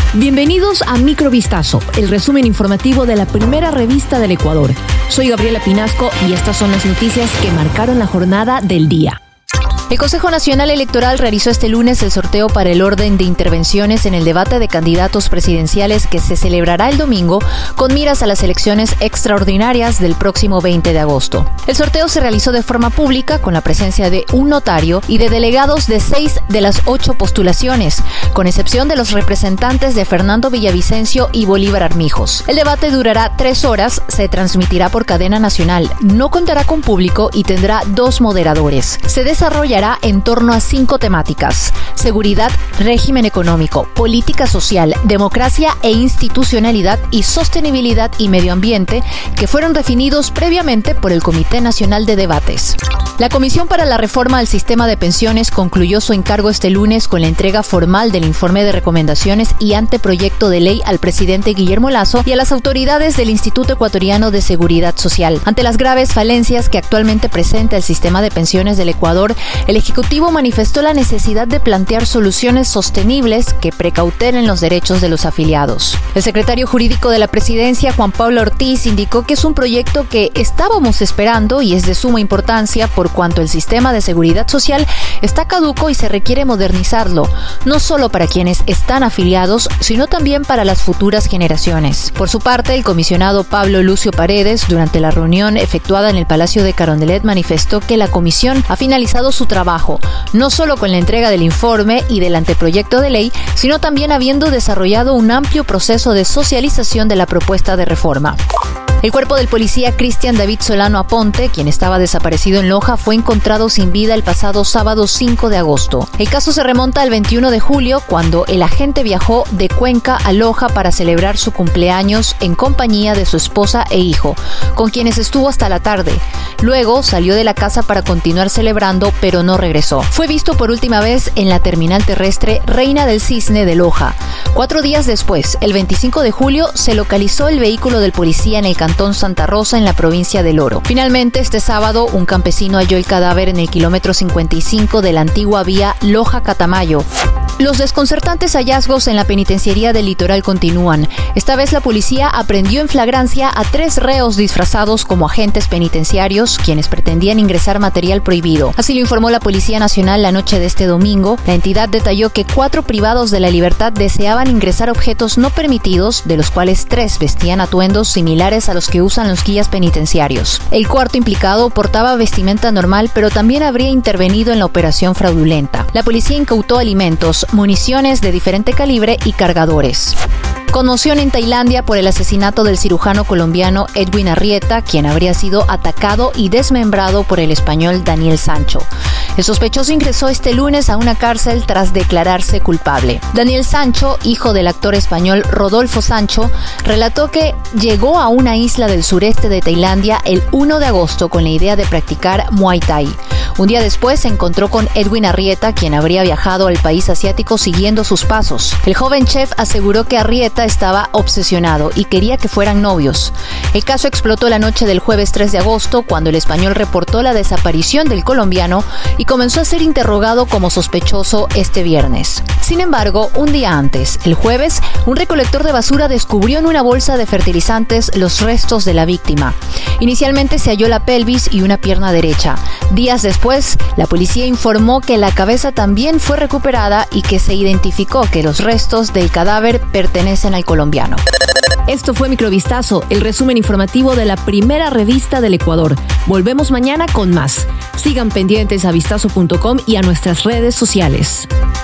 Bienvenidos a Microvistazo, el resumen informativo de la primera revista del Ecuador. Soy Gabriela Pinasco y estas son las noticias que marcaron la jornada del día. El Consejo Nacional Electoral realizó este lunes el sorteo para el orden de intervenciones en el debate de candidatos presidenciales que se celebrará el domingo con miras a las elecciones extraordinarias del próximo 20 de agosto. El sorteo se realizó de forma pública con la presencia de un notario y de delegados de 6 de las 8 postulaciones, con excepción de los representantes de Fernando Villavicencio y Bolívar Armijos. El debate durará 3 horas, se transmitirá por cadena nacional, no contará con público y tendrá 2 moderadores. Se desarrollará en torno a 5 temáticas: seguridad, régimen económico, política social, democracia e institucionalidad y sostenibilidad y medio ambiente, que fueron definidos previamente por el Comité Nacional de Debates. La Comisión para la Reforma del Sistema de Pensiones concluyó su encargo este lunes con la entrega formal del informe de recomendaciones y anteproyecto de ley al presidente Guillermo Lasso y a las autoridades del Instituto Ecuatoriano de Seguridad Social. Ante las graves falencias que actualmente presenta el sistema de pensiones del Ecuador, el Ejecutivo manifestó la necesidad de plantear soluciones sostenibles que precautelen los derechos de los afiliados. El secretario jurídico de la Presidencia, Juan Pablo Ortiz, indicó que es un proyecto que estábamos esperando y es de suma importancia por cuanto el sistema de seguridad social está caduco y se requiere modernizarlo, no solo para quienes están afiliados, sino también para las futuras generaciones. Por su parte, el comisionado Pablo Lucio Paredes, durante la reunión efectuada en el Palacio de Carondelet, manifestó que la comisión ha finalizado su trabajo, no solo con la entrega del informe y del anteproyecto de ley, sino también habiendo desarrollado un amplio proceso de socialización de la propuesta de reforma. El cuerpo del policía Cristian David Solano Aponte, quien estaba desaparecido en Loja, fue encontrado sin vida el pasado sábado 5 de agosto. El caso se remonta al 21 de julio, cuando el agente viajó de Cuenca a Loja para celebrar su cumpleaños en compañía de su esposa e hijo, con quienes estuvo hasta la tarde. Luego salió de la casa para continuar celebrando, pero no regresó. Fue visto por última vez en la terminal terrestre Reina del Cisne de Loja. 4 días después, el 25 de julio, se localizó el vehículo del policía en el Cantón Santa Rosa, en la provincia del Oro. Finalmente, este sábado, un campesino halló el cadáver en el kilómetro 55 de la antigua vía Loja-Catamayo. Los desconcertantes hallazgos en la penitenciaría del Litoral continúan. Esta vez la policía aprendió en flagrancia a 3 reos disfrazados como agentes penitenciarios, quienes pretendían ingresar material prohibido. Así lo informó la Policía Nacional la noche de este domingo. La entidad detalló que 4 privados de la libertad deseaban ingresar objetos no permitidos, de los cuales 3 vestían atuendos similares a los que usan los guías penitenciarios. El cuarto implicado portaba vestimenta normal, pero también habría intervenido en la operación fraudulenta. La policía incautó alimentos, municiones de diferente calibre y cargadores. Conmoción en Tailandia por el asesinato del cirujano colombiano Edwin Arrieta, quien habría sido atacado y desmembrado por el español Daniel Sancho. El sospechoso ingresó este lunes a una cárcel tras declararse culpable. Daniel Sancho, hijo del actor español Rodolfo Sancho, relató que llegó a una isla del sureste de Tailandia el 1 de agosto con la idea de practicar Muay Thai. Un día después se encontró con Edwin Arrieta, quien habría viajado al país asiático siguiendo sus pasos. El joven chef aseguró que Arrieta estaba obsesionado y quería que fueran novios. El caso explotó la noche del jueves 3 de agosto, cuando el español reportó la desaparición del colombiano y comenzó a ser interrogado como sospechoso este viernes. Sin embargo, un día antes, el jueves, un recolector de basura descubrió en una bolsa de fertilizantes los restos de la víctima. Inicialmente se halló la pelvis y una pierna derecha. Días después, la policía informó que la cabeza también fue recuperada y que se identificó que los restos del cadáver pertenecen al colombiano. Esto fue Microvistazo, el resumen informativo de la primera revista del Ecuador. Volvemos mañana con más. Sigan pendientes a vistazo.com y a nuestras redes sociales.